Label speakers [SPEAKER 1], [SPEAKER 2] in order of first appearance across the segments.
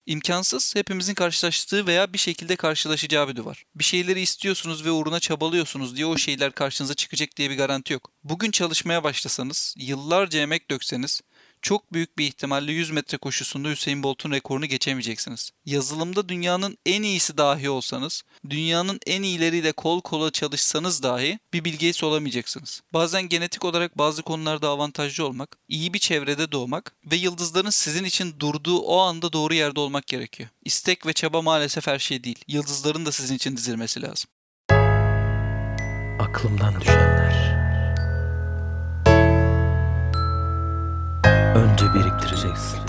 [SPEAKER 1] İmkansız, hepimizin karşılaştığı veya bir şekilde karşılaşacağı bir duvar. Bir şeyleri istiyorsunuz ve uğruna çabalıyorsunuz diye o şeyler karşınıza çıkacak diye bir garanti yok. Bugün çalışmaya başlasanız, yıllarca emek dökseniz, çok büyük bir ihtimalle 100 metre koşusunda Hüseyin Bolt'un rekorunu geçemeyeceksiniz. Yazılımda dünyanın en iyisi dahi olsanız, dünyanın en iyileriyle kol kola çalışsanız dahi bir Bill Gates olamayacaksınız. Bazen genetik olarak bazı konularda avantajlı olmak, iyi bir çevrede doğmak ve yıldızların sizin için durduğu o anda doğru yerde olmak gerekiyor. İstek ve çaba maalesef her şey değil. Yıldızların da sizin için dizilmesi lazım.
[SPEAKER 2] Aklımdan düşenler. Önce biriktireceksin.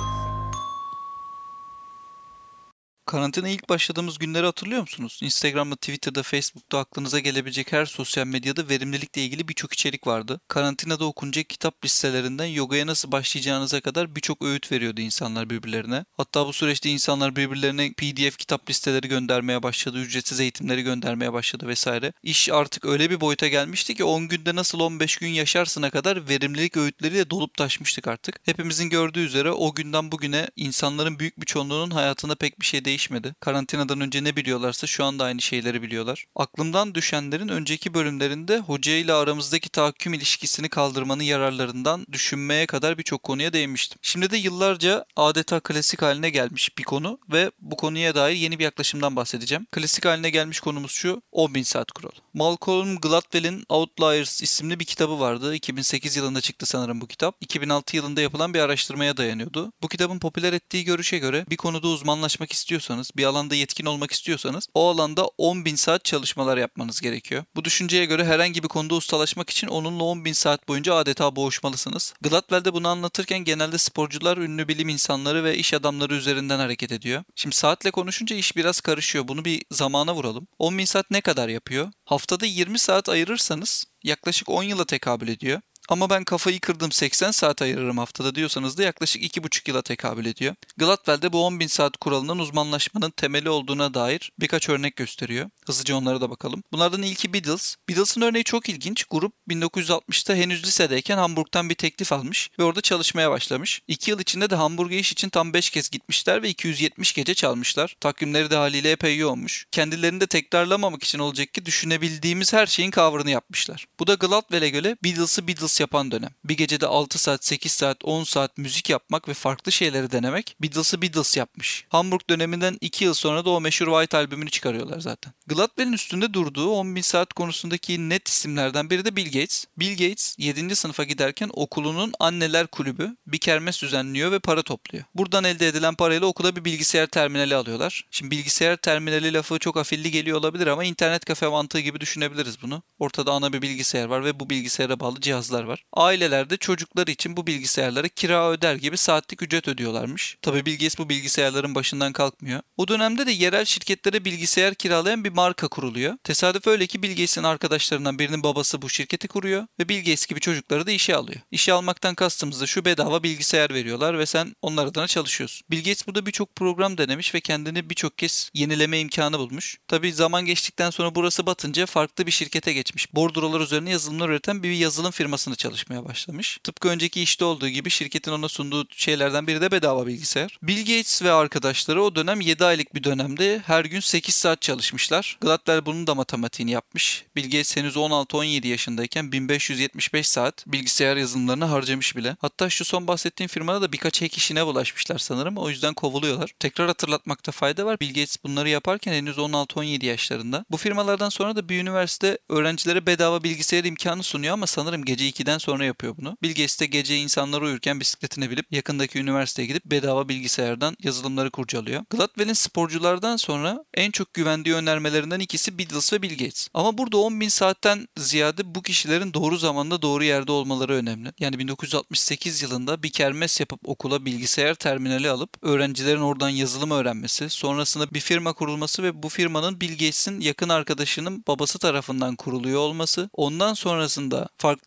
[SPEAKER 1] Karantinaya ilk başladığımız günleri hatırlıyor musunuz? Instagram'da, Twitter'da, Facebook'ta aklınıza gelebilecek her sosyal medyada verimlilikle ilgili birçok içerik vardı. Karantinada okunacak kitap listelerinden yogaya nasıl başlayacağınıza kadar birçok öğüt veriyordu insanlar birbirlerine. Hatta bu süreçte insanlar birbirlerine PDF kitap listeleri göndermeye başladı, ücretsiz eğitimleri göndermeye başladı vesaire. İş artık öyle bir boyuta gelmişti ki 10 günde nasıl 15 gün yaşarsına kadar verimlilik öğütleriyle dolup taşmıştık artık. Hepimizin gördüğü üzere o günden bugüne insanların büyük bir çoğunluğunun hayatında pek bir şey değişmedi. Karantinadan önce ne biliyorlarsa şu anda aynı şeyleri biliyorlar. Aklımdan düşenlerin önceki bölümlerinde hoca ile aramızdaki tahakküm ilişkisini kaldırmanın yararlarından düşünmeye kadar birçok konuya değinmiştim. Şimdi de yıllarca adeta klasik haline gelmiş bir konu ve bu konuya dair yeni bir yaklaşımdan bahsedeceğim. Klasik haline gelmiş konumuz şu: 10.000 saat kuralı. Malcolm Gladwell'in Outliers isimli bir kitabı vardı. 2008 yılında çıktı sanırım bu kitap. 2006 yılında yapılan bir araştırmaya dayanıyordu. Bu kitabın popüler ettiği görüşe göre bir konuda uzmanlaşmak istiyorsanız, bir alanda yetkin olmak istiyorsanız o alanda 10.000 saat çalışmalar yapmanız gerekiyor. Bu düşünceye göre herhangi bir konuda ustalaşmak için onunla 10.000 saat boyunca adeta boğuşmalısınız. Gladwell de bunu anlatırken genelde sporcular, ünlü bilim insanları ve iş adamları üzerinden hareket ediyor. Şimdi saatle konuşunca iş biraz karışıyor. Bunu bir zamana vuralım. 10.000 saat ne kadar yapıyor? Haftada 20 saat ayırırsanız yaklaşık 10 yıla tekabül ediyor. Ama ben kafayı kırdım 80 saat ayırırım haftada diyorsanız da yaklaşık 2,5 yıla tekabül ediyor. Gladwell de bu 10.000 saat kuralının uzmanlaşmanın temeli olduğuna dair birkaç örnek gösteriyor. Hızlıca onlara da bakalım. Bunlardan ilki Beatles. Beatles'ın örneği çok ilginç. Grup 1960'ta henüz lisedeyken Hamburg'dan bir teklif almış ve orada çalışmaya başlamış. 2 yıl içinde de Hamburg'a iş için tam 5 kez gitmişler ve 270 gece çalmışlar. Takvimleri de haliyle epey yoğunmuş. Kendilerini de tekrarlamamak için olacak ki düşünebildiğimiz her şeyin cover'ını yapmışlar. Bu da Gladwell'e göre Beatles'ı Beatles yapan dönem. Bir gecede 6 saat, 8 saat, 10 saat müzik yapmak ve farklı şeyleri denemek Beatles'ı Beatles yapmış. Hamburg döneminden 2 yıl sonra da o meşhur White albümünü çıkarıyorlar zaten. Gladwell'in üstünde durduğu 10.000 saat konusundaki net isimlerden biri de Bill Gates. Bill Gates 7. sınıfa giderken okulunun anneler kulübü bir kermes düzenliyor ve para topluyor. Buradan elde edilen parayla okula bir bilgisayar terminali alıyorlar. Şimdi bilgisayar terminali lafı çok afilli geliyor olabilir ama internet kafe mantığı gibi düşünebiliriz bunu. Ortada ana bir bilgisayar var ve bu bilgisayara bağlı cihazlar var. Aileler de çocukları için bu bilgisayarlara kira öder gibi saatlik ücret ödüyorlarmış. Tabii Bill Gates bu bilgisayarların başından kalkmıyor. O dönemde de yerel şirketlere bilgisayar kiralayan bir marka kuruluyor. Tesadüf öyle ki Bill Gates'in arkadaşlarından birinin babası bu şirketi kuruyor ve Bill Gates gibi çocukları da işe alıyor. İşe almaktan kastımız da şu: bedava bilgisayar veriyorlar ve sen onlar adına çalışıyorsun. Bill Gates burada birçok program denemiş ve kendini birçok kez yenileme imkanı bulmuş. Tabii zaman geçtikten sonra burası batınca farklı bir şirkete geçmiş. Bordrolar üzerine yazılımlar üreten bir yazılım firmasında çalışmaya başlamış. Tıpkı önceki işte olduğu gibi şirketin ona sunduğu şeylerden biri de bedava bilgisayar. Bill Gates ve arkadaşları o dönem 7 aylık bir dönemde her gün 8 saat çalışmışlar. Gladwell bunun da matematiğini yapmış. Bill Gates henüz 16-17 yaşındayken 1575 saat bilgisayar yazılımlarına harcamış bile. Hatta şu son bahsettiğim firmada da birkaç hack işine bulaşmışlar sanırım. O yüzden kovuluyorlar. Tekrar hatırlatmakta fayda var. Bill Gates bunları yaparken henüz 16-17 yaşlarında. Bu firmalardan sonra da bir üniversite öğrencilere bedava bilgisayar imkanı sunuyor ama sanırım gece 2'den sonra yapıyor bunu. Bill Gates de gece insanlar uyurken bisikletine binip yakındaki üniversiteye gidip bedava bilgisayardan yazılımları kurcalıyor. Gladwell'in sporculardan sonra en çok güvendiği önermelerinden ikisi Beatles ve Bill Gates. Ama burada 10.000 saatten ziyade bu kişilerin doğru zamanda doğru yerde olmaları önemli. Yani 1968 yılında bir kermes yapıp okula bilgisayar terminali alıp öğrencilerin oradan yazılım öğrenmesi, sonrasında bir firma kurulması ve bu firmanın Bill Gates'in yakın arkadaşının babası tarafından kuruluyor olması, ondan sonrasında farklı bir marka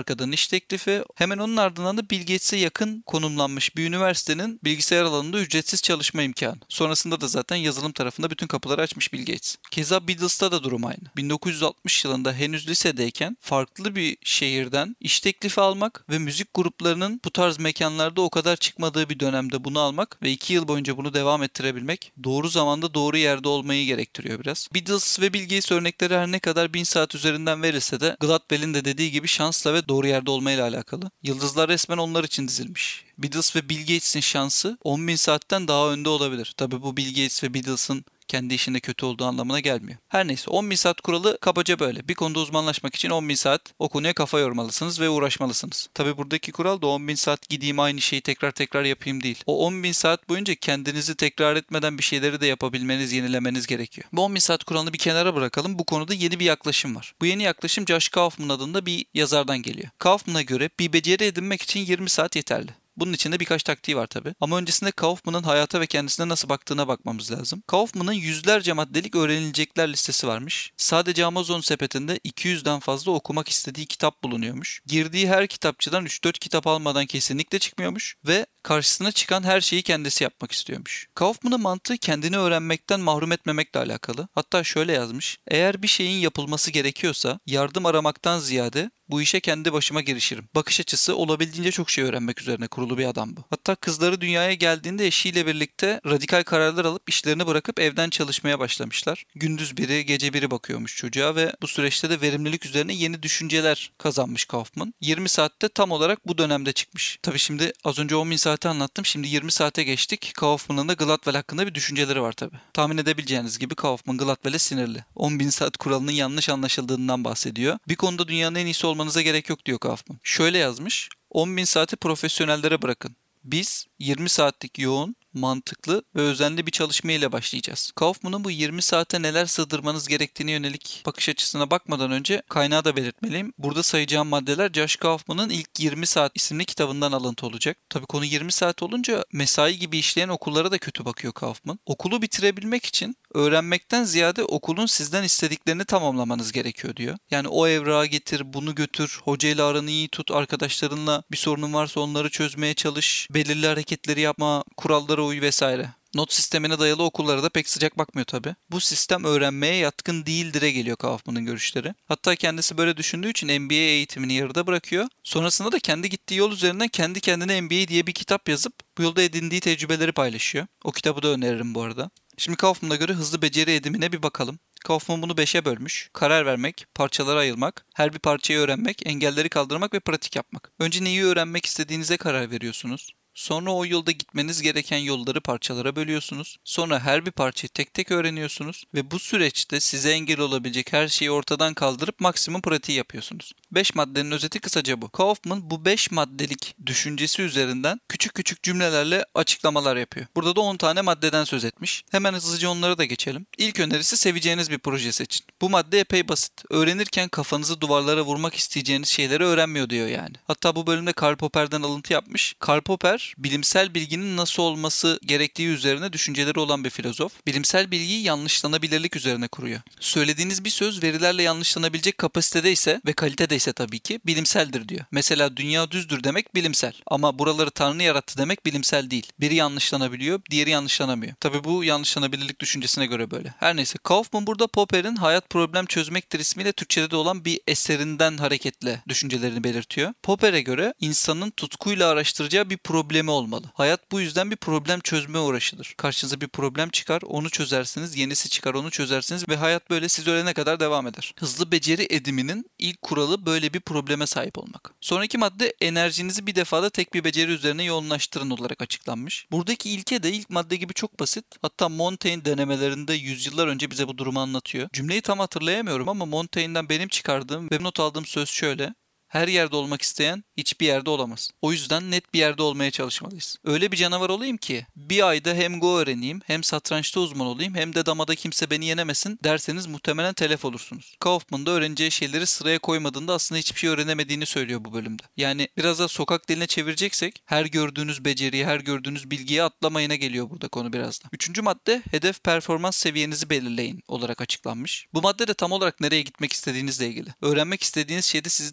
[SPEAKER 1] Amerika'dan iş teklifi. Hemen onun ardından da Bill Gates'e yakın konumlanmış bir üniversitenin bilgisayar alanında ücretsiz çalışma imkanı. Sonrasında da zaten yazılım tarafında bütün kapıları açmış Bill Gates. Keza Beatles'ta da durum aynı. 1960 yılında henüz lisedeyken farklı bir şehirden iş teklifi almak ve müzik gruplarının bu tarz mekanlarda o kadar çıkmadığı bir dönemde bunu almak ve 2 yıl boyunca bunu devam ettirebilmek doğru zamanda doğru yerde olmayı gerektiriyor biraz. Beatles ve Bill Gates örnekleri her ne kadar 1000 saat üzerinden verilse de Gladwell'in de dediği gibi şansla ve doğru yerde olmayla alakalı. Yıldızlar resmen onlar için dizilmiş. Beatles ve Bill Gates'in şansı 10.000 saatten daha önde olabilir. Tabii bu Bill Gates ve Beatles'ın kendi işinde kötü olduğu anlamına gelmiyor. Her neyse 10.000 saat kuralı kabaca böyle. Bir konuda uzmanlaşmak için 10.000 saat o konuya kafa yormalısınız ve uğraşmalısınız. Tabi buradaki kural da 10.000 saat gideyim aynı şeyi tekrar yapayım değil. O 10.000 saat boyunca kendinizi tekrar etmeden bir şeyleri de yapabilmeniz, yenilemeniz gerekiyor. Bu 10.000 saat kuralını bir kenara bırakalım. Bu konuda yeni bir yaklaşım var. Bu yeni yaklaşım Josh Kaufman adında bir yazardan geliyor. Kaufman'a göre bir beceri edinmek için 20 saat yeterli. Bunun içinde birkaç taktiği var tabi. Ama öncesinde Kaufman'ın hayata ve kendisine nasıl baktığına bakmamız lazım. Kaufman'ın yüzlerce maddelik öğrenilecekler listesi varmış. Sadece Amazon sepetinde 200'den fazla okumak istediği kitap bulunuyormuş. Girdiği her kitapçıdan 3-4 kitap almadan kesinlikle çıkmıyormuş ve karşısına çıkan her şeyi kendisi yapmak istiyormuş. Kaufman'ın mantığı kendini öğrenmekten mahrum etmemekle alakalı. Hatta şöyle yazmış. Eğer bir şeyin yapılması gerekiyorsa yardım aramaktan ziyade bu işe kendi başıma girişirim. Bakış açısı olabildiğince çok şey öğrenmek üzerine kurulu bir adam bu. Hatta kızları dünyaya geldiğinde eşiyle birlikte radikal kararlar alıp işlerini bırakıp evden çalışmaya başlamışlar. Gündüz biri, gece biri bakıyormuş çocuğa ve bu süreçte de verimlilik üzerine yeni düşünceler kazanmış Kaufman. 20 saatte tam olarak bu dönemde çıkmış. Tabii şimdi az önce 10.000 saati anlattım. Şimdi 20 saate geçtik. Kaufman'ın da Gladwell hakkında bir düşünceleri var tabii. Tahmin edebileceğiniz gibi Kaufman Gladwell'e sinirli. 10.000 saat kuralının yanlış anlaşıldığından bahsediyor. Bir konuda dünyanın en iyisi olmanıza gerek yok diyor Kaufman. Şöyle yazmış. 10.000 saati profesyonellere bırakın. Biz 20 saatlik yoğun, mantıklı ve özenli bir çalışma ile başlayacağız. Kaufman'ın bu 20 saate neler sığdırmanız gerektiğine yönelik bakış açısına bakmadan önce kaynağı da belirtmeliyim. Burada sayacağım maddeler Josh Kaufman'ın ilk 20 saat isimli kitabından alıntı olacak. Tabii konu 20 saat olunca mesai gibi işleyen okullara da kötü bakıyor Kaufman. Okulu bitirebilmek için öğrenmekten ziyade okulun sizden istediklerini tamamlamanız gerekiyor diyor. Yani o evrağı getir, bunu götür, hocayla aranı iyi tut, arkadaşlarınla bir sorunun varsa onları çözmeye çalış, belirli hareketleri yapma, kurallara uy vesaire. Not sistemine dayalı okullara da pek sıcak bakmıyor tabii. Bu sistem öğrenmeye yatkın değildir'e geliyor Kaufman'ın görüşleri. Hatta kendisi böyle düşündüğü için MBA eğitimini yarıda bırakıyor. Sonrasında da kendi gittiği yol üzerinden kendi kendine MBA diye bir kitap yazıp bu yolda edindiği tecrübeleri paylaşıyor. O kitabı da öneririm bu arada. Şimdi Kaufman'a göre hızlı beceri edimine bir bakalım. Kaufman bunu 5'e bölmüş. Karar vermek, parçalara ayırmak, her bir parçayı öğrenmek, engelleri kaldırmak ve pratik yapmak. Önce neyi öğrenmek istediğinize karar veriyorsunuz. Sonra o yolda gitmeniz gereken yolları parçalara bölüyorsunuz. Sonra her bir parçayı tek tek öğreniyorsunuz ve bu süreçte size engel olabilecek her şeyi ortadan kaldırıp maksimum pratiği yapıyorsunuz. 5 maddenin özeti kısaca bu. Kaufman bu 5 maddelik düşüncesi üzerinden küçük küçük cümlelerle açıklamalar yapıyor. Burada da 10 tane maddeden söz etmiş. Hemen hızlıca onlara da geçelim. İlk önerisi seveceğiniz bir proje seçin. Bu madde epey basit. Öğrenirken kafanızı duvarlara vurmak isteyeceğiniz şeyleri öğrenmiyor diyor yani. Hatta bu bölümde Karl Popper'den alıntı yapmış. Karl Popper bilimsel bilginin nasıl olması gerektiği üzerine düşünceleri olan bir filozof. Bilimsel bilgiyi yanlışlanabilirlik üzerine kuruyor. Söylediğiniz bir söz verilerle yanlışlanabilecek kapasitede ise ve kalitede ise tabii ki bilimseldir diyor. Mesela dünya düzdür demek bilimsel ama buraları Tanrı yarattı demek bilimsel değil. Biri yanlışlanabiliyor, diğeri yanlışlanamıyor. Tabii bu yanlışlanabilirlik düşüncesine göre böyle. Her neyse Kaufman burada Popper'in Hayat Problem Çözmektir ismiyle Türkçe'de de olan bir eserinden hareketle düşüncelerini belirtiyor. Popper'e göre insanın tutkuyla araştıracağı bir problemi olmalı. Hayat bu yüzden bir problem çözme uğraşıdır. Karşınıza bir problem çıkar, onu çözersiniz, yenisi çıkar, onu çözersiniz ve hayat böyle siz ölene kadar devam eder. Hızlı beceri ediminin ilk kuralı böyle bir probleme sahip olmak. Sonraki madde enerjinizi bir defada tek bir beceri üzerine yoğunlaştırın olarak açıklanmış. Buradaki ilke de ilk madde gibi çok basit. Hatta Montaigne denemelerinde yüzyıllar önce bize bu durumu anlatıyor. Cümleyi tam hatırlayamıyorum ama Montaigne'den benim çıkardığım ve not aldığım söz şöyle. Her yerde olmak isteyen hiçbir yerde olamaz. O yüzden net bir yerde olmaya çalışmalıyız. Öyle bir canavar olayım ki bir ayda hem Go öğreneyim hem satrançta uzman olayım hem de damada kimse beni yenemesin derseniz muhtemelen telef olursunuz. Kaufman da öğreneceği şeyleri sıraya koymadığında aslında hiçbir şey öğrenemediğini söylüyor bu bölümde. Yani biraz da sokak diline çevireceksek her gördüğünüz beceriyi, her gördüğünüz bilgiyi atlamayına geliyor burada konu biraz da. Üçüncü madde hedef performans seviyenizi belirleyin olarak açıklanmış. Bu madde de tam olarak nereye gitmek istediğinizle ilgili. Öğrenmek istediğiniz şeyde sizi tatmin edecek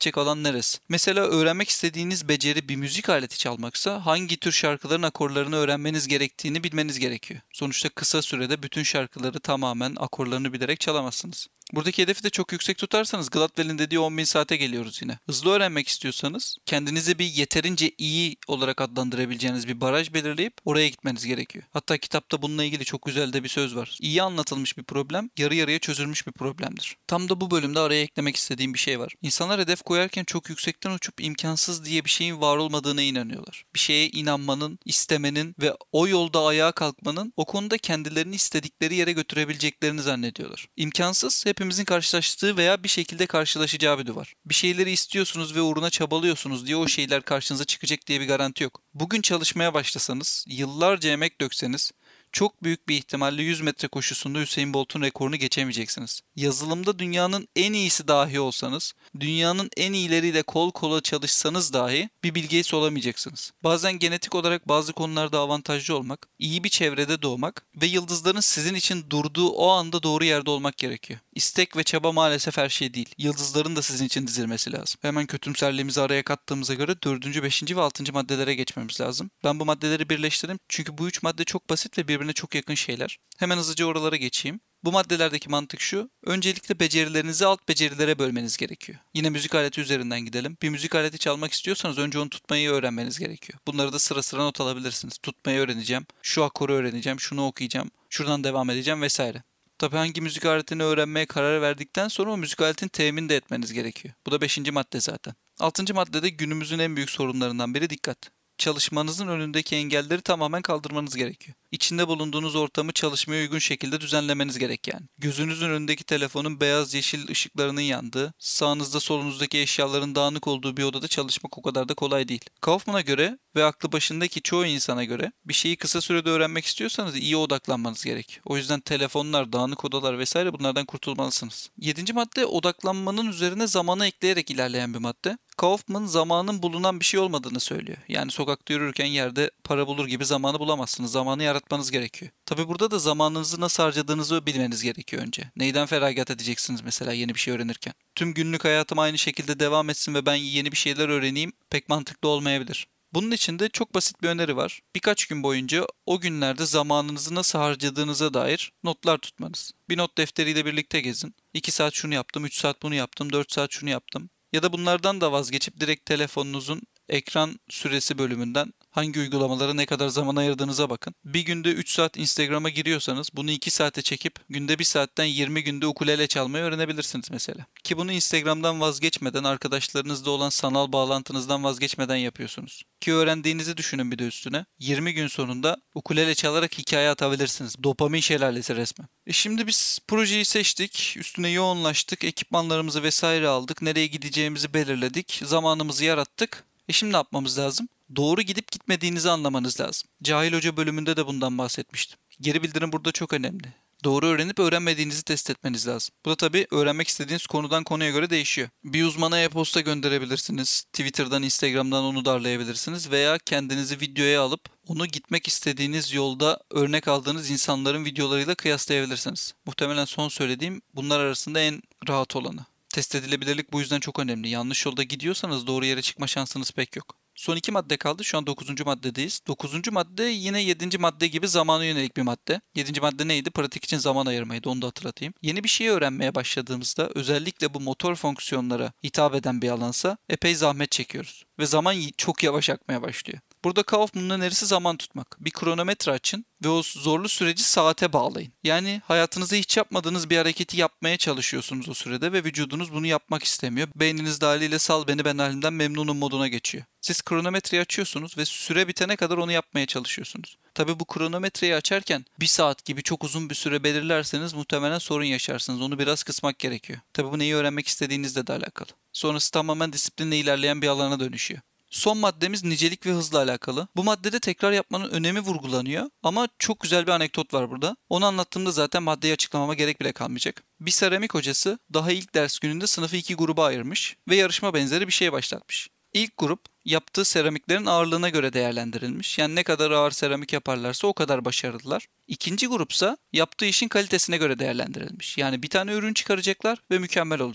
[SPEAKER 1] edecek alan neresi? Mesela öğrenmek istediğiniz beceri bir müzik aleti çalmaksa hangi tür şarkıların akorlarını öğrenmeniz gerektiğini bilmeniz gerekiyor. Sonuçta kısa sürede bütün şarkıları tamamen akorlarını bilerek çalamazsınız. Buradaki hedefi de çok yüksek tutarsanız Gladwell'in dediği 10.000 saate geliyoruz yine. Hızlı öğrenmek istiyorsanız kendinizi bir yeterince iyi olarak adlandırabileceğiniz bir baraj belirleyip oraya gitmeniz gerekiyor. Hatta kitapta bununla ilgili çok güzel de bir söz var. İyi anlatılmış bir problem yarı yarıya çözülmüş bir problemdir. Tam da bu bölümde araya eklemek istediğim bir şey var. İnsanlar hedef koyarken çok yüksekten uçup imkansız diye bir şeyin var olmadığına inanıyorlar. Bir şeye inanmanın, istemenin ve o yolda ayağa kalkmanın o konuda kendilerini istedikleri yere götürebileceklerini zannediyorlar. İmkansız hepimizin karşılaştığı veya bir şekilde karşılaşacağı bir duvar. Bir şeyleri istiyorsunuz ve uğruna çabalıyorsunuz diye o şeyler karşınıza çıkacak diye bir garanti yok. Bugün çalışmaya başlasanız, yıllarca emek dökseniz çok büyük bir ihtimalle 100 metre koşusunda Usain Bolt'un rekorunu geçemeyeceksiniz. Yazılımda dünyanın en iyisi dahi olsanız, dünyanın en iyileriyle kol kola çalışsanız dahi bir Bill Gates olamayacaksınız. Bazen genetik olarak bazı konularda avantajlı olmak, iyi bir çevrede doğmak ve yıldızların sizin için durduğu o anda doğru yerde olmak gerekiyor. İstek ve çaba maalesef her şey değil. Yıldızların da sizin için dizilmesi lazım. Hemen kötümserliğimizi araya kattığımıza göre 4. 5. ve 6. maddelere geçmemiz lazım. Ben bu maddeleri birleştireyim çünkü bu 3 madde çok basit ve birbirine çok yakın şeyler. Hemen hızlıca oralara geçeyim. Bu maddelerdeki mantık şu. Öncelikle becerilerinizi alt becerilere bölmeniz gerekiyor. Yine müzik aleti üzerinden gidelim. Bir müzik aleti çalmak istiyorsanız önce onu tutmayı öğrenmeniz gerekiyor. Bunları da sıra sıra not alabilirsiniz. Tutmayı öğreneceğim, şu akoru öğreneceğim, şunu okuyacağım, şuradan devam edeceğim vesaire. Tabii hangi müzik aletini öğrenmeye karar verdikten sonra o müzik aletini temin de etmeniz gerekiyor. Bu da 5. madde zaten. 6. maddede günümüzün en büyük sorunlarından biri dikkat. Çalışmanızın önündeki engelleri tamamen kaldırmanız gerekiyor. İçinde bulunduğunuz ortamı çalışmaya uygun şekilde düzenlemeniz gerek yani. Gözünüzün önündeki telefonun beyaz yeşil ışıklarının yandığı, sağınızda solunuzdaki eşyaların dağınık olduğu bir odada çalışmak o kadar da kolay değil. Kaufman'a göre ve aklı başındaki çoğu insana göre bir şeyi kısa sürede öğrenmek istiyorsanız iyi odaklanmanız gerek. O yüzden telefonlar, dağınık odalar vesaire bunlardan kurtulmalısınız. 7. madde odaklanmanın üzerine zamanı ekleyerek ilerleyen bir madde. Kaufman zamanın bulunan bir şey olmadığını söylüyor. Yani sokakta yürürken yerde para bulur gibi zamanı bulamazsınız. Zamanı yaratmanız gerekiyor. Tabi burada da zamanınızı nasıl harcadığınızı bilmeniz gerekiyor önce. Neyden feragat edeceksiniz mesela yeni bir şey öğrenirken? Tüm günlük hayatım aynı şekilde devam etsin ve ben yeni bir şeyler öğreneyim pek mantıklı olmayabilir. Bunun için de çok basit bir öneri var. Birkaç gün boyunca o günlerde zamanınızı nasıl harcadığınıza dair notlar tutmanız. Bir not defteriyle birlikte gezin. 2 saat şunu yaptım, 3 saat bunu yaptım, 4 saat şunu yaptım. Ya da bunlardan da vazgeçip direkt telefonunuzun ekran süresi bölümünden hangi uygulamalara ne kadar zaman ayırdığınıza bakın. Bir günde 3 saat Instagram'a giriyorsanız bunu 2 saate çekip günde 1 saatten 20 günde ukulele çalmayı öğrenebilirsiniz mesela. Ki bunu Instagram'dan vazgeçmeden, arkadaşlarınızla olan sanal bağlantınızdan vazgeçmeden yapıyorsunuz. Ki öğrendiğinizi düşünün bir de üstüne. 20 gün sonunda ukulele çalarak hikaye atabilirsiniz. Dopamin şelalesi resmen. Şimdi biz projeyi seçtik, üstüne yoğunlaştık, ekipmanlarımızı vesaire aldık, nereye gideceğimizi belirledik, zamanımızı yarattık. Şimdi ne yapmamız lazım? Doğru gidip gitmediğinizi anlamanız lazım. Cahil Hoca bölümünde de bundan bahsetmiştim. Geri bildirim burada çok önemli. Doğru öğrenip öğrenmediğinizi test etmeniz lazım. Bu da tabii öğrenmek istediğiniz konudan konuya göre değişiyor. Bir uzmana e-posta gönderebilirsiniz. Twitter'dan, Instagram'dan onu darlayabilirsiniz. Veya kendinizi videoya alıp onu gitmek istediğiniz yolda örnek aldığınız insanların videolarıyla kıyaslayabilirsiniz. Muhtemelen son söylediğim bunlar arasında en rahat olanı. Test edilebilirlik bu yüzden çok önemli. Yanlış yolda gidiyorsanız doğru yere çıkma şansınız pek yok. Son 2 madde kaldı. Şu an 9. maddedeyiz. 9. madde yine 7. madde gibi zamana yönelik bir madde. 7. madde neydi? Pratik için zaman ayırmaydı. Onu da hatırlatayım. Yeni bir şey öğrenmeye başladığımızda özellikle bu motor fonksiyonlara hitap eden bir alansa epey zahmet çekiyoruz. Ve zaman çok yavaş akmaya başlıyor. Burada Kaufman'ın önerisi zaman tutmak. Bir kronometre açın ve o zorlu süreci saate bağlayın. Yani hayatınızda hiç yapmadığınız bir hareketi yapmaya çalışıyorsunuz o sürede ve vücudunuz bunu yapmak istemiyor. Beyniniz de haliyle sal beni ben halimden memnunum moduna geçiyor. Siz kronometreyi açıyorsunuz ve süre bitene kadar onu yapmaya çalışıyorsunuz. Tabii bu kronometreyi açarken 1 saat gibi çok uzun bir süre belirlerseniz muhtemelen sorun yaşarsınız. Onu biraz kısmak gerekiyor. Tabii bu neyi öğrenmek istediğinizle de alakalı. Sonrası tamamen disiplinle ilerleyen bir alana dönüşüyor. Son maddemiz nicelik ve hızla alakalı. Bu maddede tekrar yapmanın önemi vurgulanıyor ama çok güzel bir anekdot var burada. Onu anlattığımda zaten maddeyi açıklamama gerek bile kalmayacak. Bir seramik hocası daha ilk ders gününde sınıfı 2 gruba ayırmış ve yarışma benzeri bir şey başlatmış. İlk grup yaptığı seramiklerin ağırlığına göre değerlendirilmiş. Yani ne kadar ağır seramik yaparlarsa o kadar başarılılar. İkinci grupsa yaptığı işin kalitesine göre değerlendirilmiş. Yani bir tane ürün çıkaracaklar ve mükemmel olacak.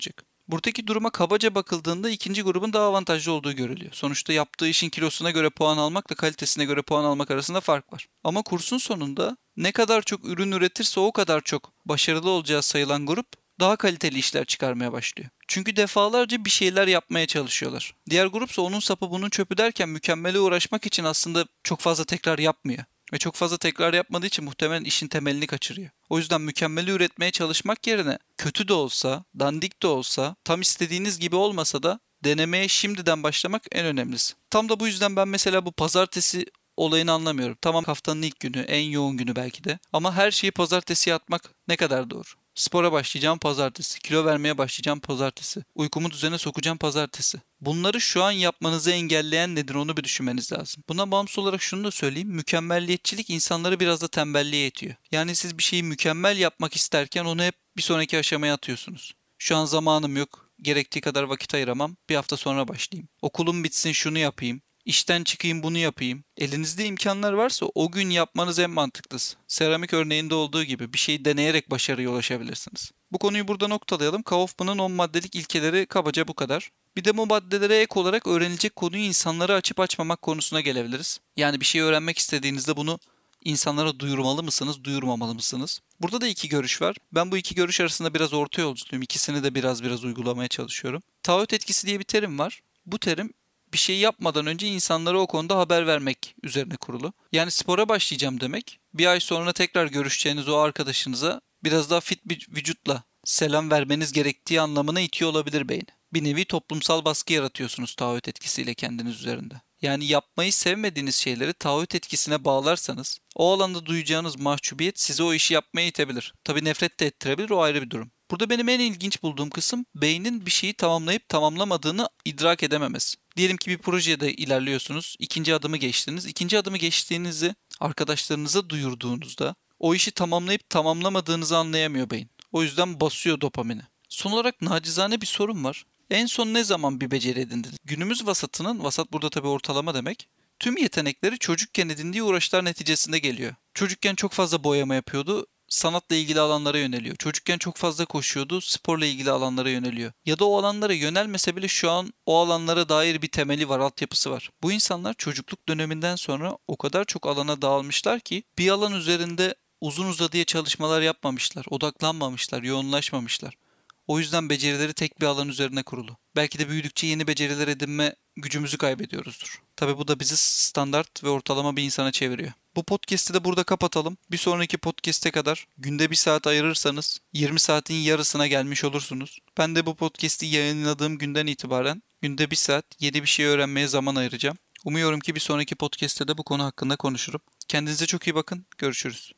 [SPEAKER 1] Buradaki duruma kabaca bakıldığında ikinci grubun daha avantajlı olduğu görülüyor. Sonuçta yaptığı işin kilosuna göre puan almakla kalitesine göre puan almak arasında fark var. Ama kursun sonunda ne kadar çok ürün üretirse o kadar çok başarılı olacağı sayılan grup daha kaliteli işler çıkarmaya başlıyor. Çünkü defalarca bir şeyler yapmaya çalışıyorlar. Diğer grupsa onun sapı bunun çöpü derken mükemmele uğraşmak için aslında çok fazla tekrar yapmıyor. Ve çok fazla tekrar yapmadığı için muhtemelen işin temelini kaçırıyor. O yüzden mükemmeli üretmeye çalışmak yerine kötü de olsa, dandik de olsa, tam istediğiniz gibi olmasa da denemeye şimdiden başlamak en önemlisi. Tam da bu yüzden ben mesela bu pazartesi olayını anlamıyorum. Tamam, haftanın ilk günü, en yoğun günü belki de. Ama her şeyi pazartesiye atmak ne kadar doğru? Spora başlayacağım pazartesi, kilo vermeye başlayacağım pazartesi, uykumu düzene sokacağım pazartesi. Bunları şu an yapmanızı engelleyen nedir onu bir düşünmeniz lazım. Buna bağımsız olarak şunu da söyleyeyim. Mükemmelliyetçilik insanları biraz da tembelliğe itiyor. Yani siz bir şeyi mükemmel yapmak isterken onu hep bir sonraki aşamaya atıyorsunuz. Şu an zamanım yok, gerektiği kadar vakit ayıramam, bir hafta sonra başlayayım. Okulum bitsin şunu yapayım. İşten çıkayım bunu yapayım. Elinizde imkanlar varsa o gün yapmanız en mantıklısı. Seramik örneğinde olduğu gibi bir şeyi deneyerek başarıya ulaşabilirsiniz. Bu konuyu burada noktalayalım. Kaufman'ın 10 maddelik ilkeleri kabaca bu kadar. Bir de bu maddelere ek olarak öğrenilecek konuyu insanlara açıp açmamak konusuna gelebiliriz. Yani bir şey öğrenmek istediğinizde bunu insanlara duyurmalı mısınız, duyurmamalı mısınız? Burada da iki görüş var. Ben bu iki görüş arasında biraz orta yolcuyum. İkisini de biraz uygulamaya çalışıyorum. Taahhüt etkisi diye bir terim var. Bu terim bir şey yapmadan önce insanlara o konuda haber vermek üzerine kurulu. Yani spora başlayacağım demek, bir ay sonra tekrar görüşeceğiniz o arkadaşınıza biraz daha fit bir vücutla selam vermeniz gerektiği anlamına itiyor olabilir beyni. Bir nevi toplumsal baskı yaratıyorsunuz taahhüt etkisiyle kendiniz üzerinde. Yani yapmayı sevmediğiniz şeyleri taahhüt etkisine bağlarsanız o alanda duyacağınız mahcubiyet sizi o işi yapmaya itebilir. Tabii nefret de ettirebilir, o ayrı bir durum. Burada benim en ilginç bulduğum kısım beynin bir şeyi tamamlayıp tamamlamadığını idrak edememesi. Diyelim ki bir projede ilerliyorsunuz, ikinci adımı geçtiniz. İkinci adımı geçtiğinizi arkadaşlarınıza duyurduğunuzda o işi tamamlayıp tamamlamadığınızı anlayamıyor beyin. O yüzden basıyor dopamini. Son olarak nacizane bir sorun var. En son ne zaman bir beceri edindiniz? Günümüz vasatının, vasat burada tabii ortalama demek, tüm yetenekleri çocukken edindiği uğraşlar neticesinde geliyor. Çocukken çok fazla boyama yapıyordu, sanatla ilgili alanlara yöneliyor. Çocukken çok fazla koşuyordu, sporla ilgili alanlara yöneliyor. Ya da o alanlara yönelmese bile şu an o alanlara dair bir temeli var, altyapısı var. Bu insanlar çocukluk döneminden sonra o kadar çok alana dağılmışlar ki bir alan üzerinde uzun uzadıya çalışmalar yapmamışlar, odaklanmamışlar, yoğunlaşmamışlar. O yüzden becerileri tek bir alan üzerine kurulu. Belki de büyüdükçe yeni beceriler edinme gücümüzü kaybediyoruzdur. Tabii bu da bizi standart ve ortalama bir insana çeviriyor. Bu podcast'i de burada kapatalım. Bir sonraki podcast'e kadar günde 1 saat ayırırsanız 20 saatin yarısına gelmiş olursunuz. Ben de bu podcast'i yayınladığım günden itibaren günde 1 saat yeni bir şey öğrenmeye zaman ayıracağım. Umuyorum ki bir sonraki podcast'te de bu konu hakkında konuşurum. Kendinize çok iyi bakın. Görüşürüz.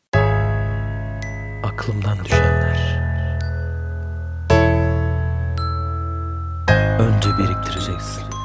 [SPEAKER 2] Aklımdan düşenler. Önce biriktireceksin.